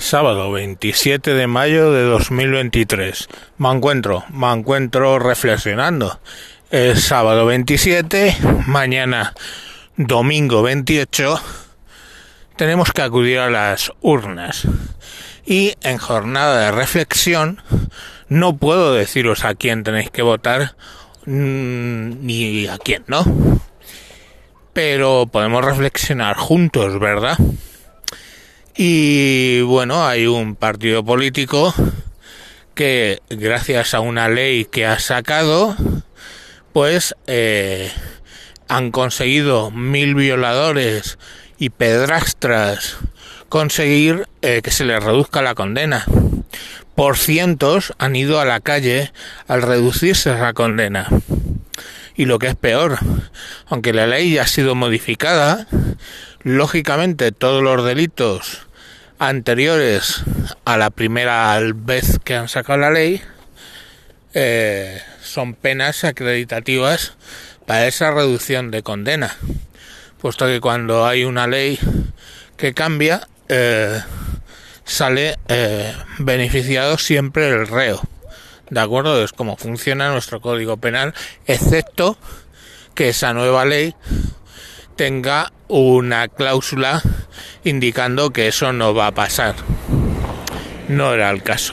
Sábado 27 de mayo de 2023. Me encuentro reflexionando. Es sábado 27, mañana domingo 28, tenemos que acudir a las urnas. Y en jornada de reflexión no puedo deciros a quién tenéis que votar ni a quién no. Pero podemos reflexionar juntos, ¿verdad? Y bueno, hay un partido político que gracias a una ley que ha sacado, pues han conseguido 1000 violadores y pedrastras conseguir que se les reduzca la condena. Por cientos han ido a la calle al reducirse la condena. Y lo que es peor, aunque la ley ya ha sido modificada, lógicamente todos los delitos anteriores a la primera vez que han sacado la ley son penas acreditativas para esa reducción de condena, puesto que cuando hay una ley que cambia sale beneficiado siempre el reo. ¿De acuerdo? Es como funciona nuestro Código Penal, excepto que esa nueva ley tenga una cláusula indicando que eso no va a pasar. No era el caso.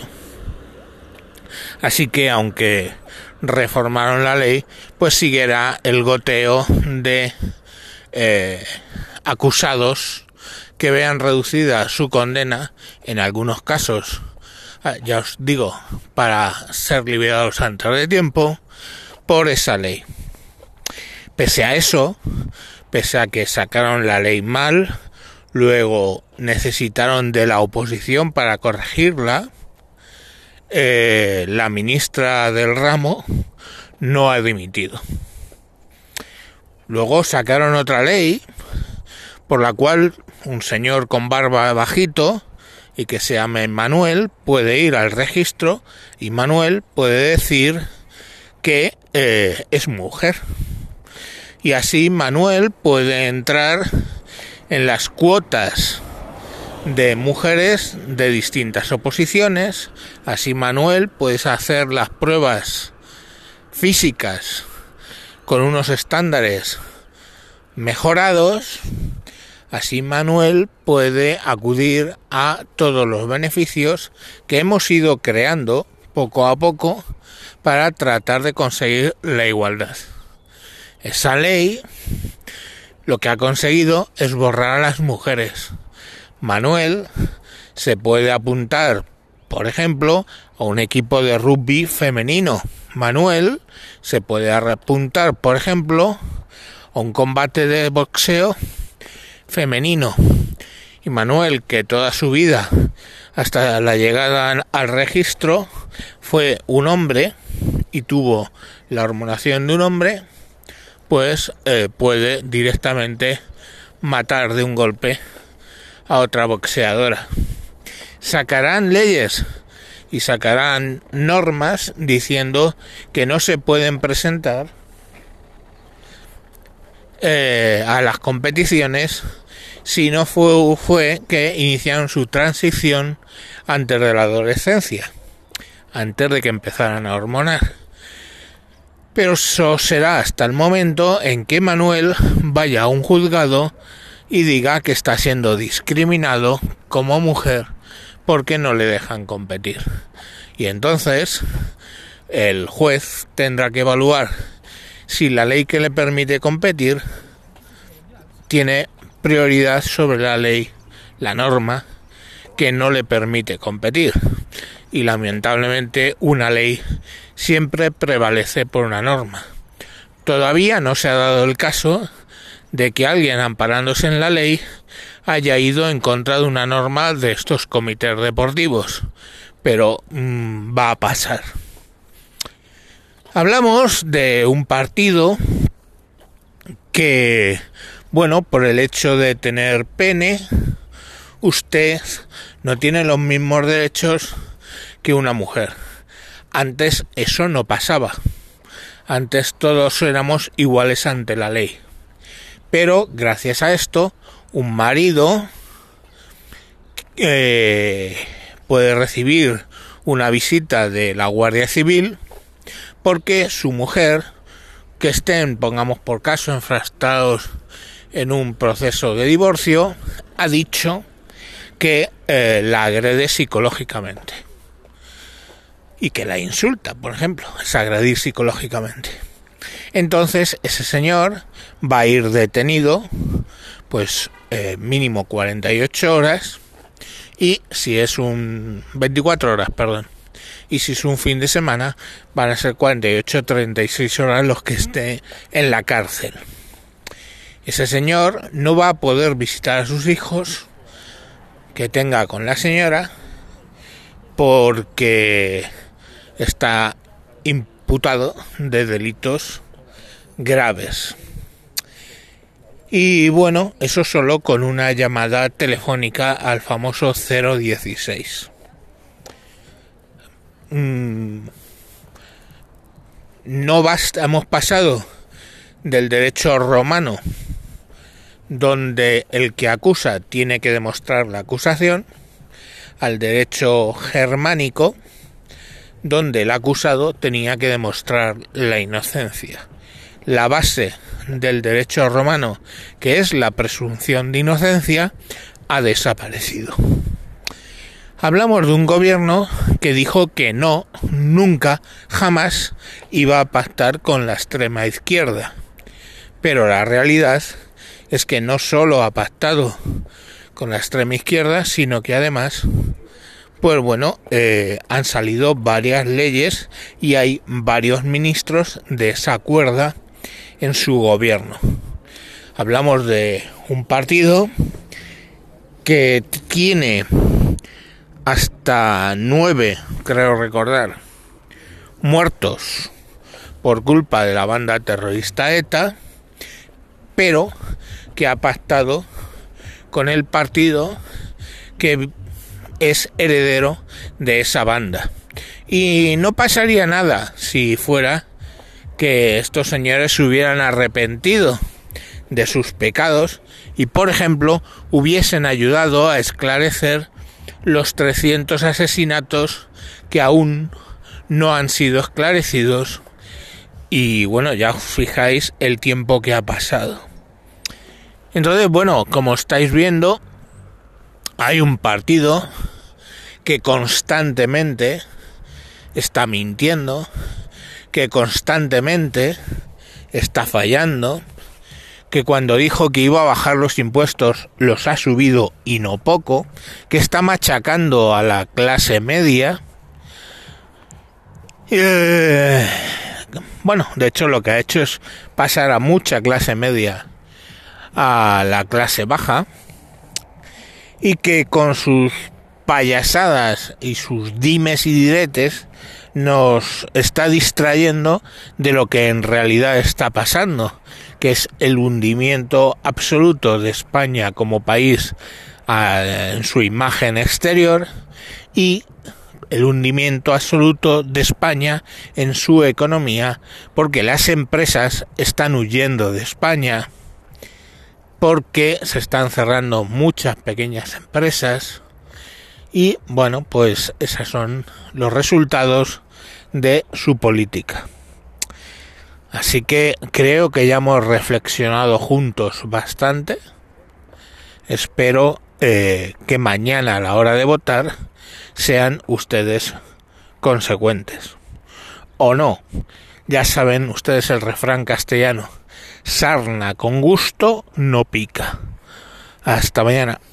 Así que aunque reformaron la ley, pues siguiera el goteo de acusados que vean reducida su condena, en algunos casos, ya os digo, para ser liberados antes de tiempo, por esa ley. Pese a eso, pese a que sacaron la ley mal, luego necesitaron de la oposición para corregirla, la ministra del ramo no ha dimitido. Luego sacaron otra ley por la cual un señor con barba bajito y que se llame Manuel puede ir al registro y Manuel puede decir que es mujer. Y así Manuel puede entrar en las cuotas de mujeres de distintas oposiciones. Así Manuel puede hacer las pruebas físicas con unos estándares mejorados. Así Manuel puede acudir a todos los beneficios que hemos ido creando poco a poco para tratar de conseguir la igualdad. Esa ley lo que ha conseguido es borrar a las mujeres. Manuel se puede apuntar, por ejemplo, a un equipo de rugby femenino. Manuel se puede apuntar, por ejemplo, a un combate de boxeo femenino. Y Manuel, que toda su vida, hasta la llegada al registro, fue un hombre y tuvo la hormonación de un hombre, pues puede directamente matar de un golpe a otra boxeadora. Sacarán leyes y sacarán normas diciendo que no se pueden presentar a las competiciones si no fue que iniciaron su transición antes de la adolescencia, antes de que empezaran a hormonar. Pero eso será hasta el momento en que Manuel vaya a un juzgado y diga que está siendo discriminado como mujer porque no le dejan competir. Y entonces el juez tendrá que evaluar si la ley que le permite competir tiene prioridad sobre la ley, la norma que no le permite competir. Y lamentablemente una ley siempre prevalece por una norma. Todavía no se ha dado el caso de que alguien, amparándose en la ley, haya ido en contra de una norma de estos comités deportivos, pero va a pasar. Hablamos de un partido que, bueno, por el hecho de tener pene, usted no tiene los mismos derechos que una mujer. Antes eso no pasaba. Antes todos éramos iguales ante la ley. Pero gracias a esto, un marido puede recibir una visita de la Guardia Civil porque su mujer, que estén, pongamos por caso, enfrascados en un proceso de divorcio, ha dicho que la agrede psicológicamente y que la insulta, por ejemplo, es agredir psicológicamente. Entonces ese señor va a ir detenido pues mínimo 48 horas y si es 24 horas, perdón. Y si es un fin de semana, van a ser 48 36 horas los que esté en la cárcel. Ese señor no va a poder visitar a sus hijos que tenga con la señora porque está imputado de delitos graves. Y bueno, eso solo con una llamada telefónica al famoso 016. No basta, hemos pasado del derecho romano, donde el que acusa tiene que demostrar la acusación, al derecho germánico, donde el acusado tenía que demostrar la inocencia. La base del derecho romano, que es la presunción de inocencia, ha desaparecido. Hablamos de un gobierno que dijo que no, nunca, jamás iba a pactar con la extrema izquierda. Pero la realidad es que no solo ha pactado con la extrema izquierda, sino que además, pues bueno, han salido varias leyes y hay varios ministros de esa cuerda en su gobierno. Hablamos de un partido que tiene hasta 9, creo recordar, muertos por culpa de la banda terrorista ETA, pero que ha pactado con el partido que es heredero de esa banda. Y no pasaría nada si fuera que estos señores se hubieran arrepentido de sus pecados y, por ejemplo, hubiesen ayudado a esclarecer los 300 asesinatos que aún no han sido esclarecidos y bueno, ya os fijáis el tiempo que ha pasado. Entonces, bueno, como estáis viendo, hay un partido que constantemente está mintiendo, que constantemente está fallando, que cuando dijo que iba a bajar los impuestos los ha subido y no poco, que está machacando a la clase media. Bueno, de hecho lo que ha hecho es pasar a mucha clase media a la clase baja y que con sus payasadas y sus dimes y diretes nos está distrayendo de lo que en realidad está pasando, que es el hundimiento absoluto de España como país en su imagen exterior y el hundimiento absoluto de España en su economía, porque las empresas están huyendo de España, porque se están cerrando muchas pequeñas empresas y bueno, pues esos son los resultados de su política. Así que creo que ya hemos reflexionado juntos bastante. Espero que mañana a la hora de votar sean ustedes consecuentes. O no, ya saben ustedes el refrán castellano: sarna con gusto no pica. Hasta mañana.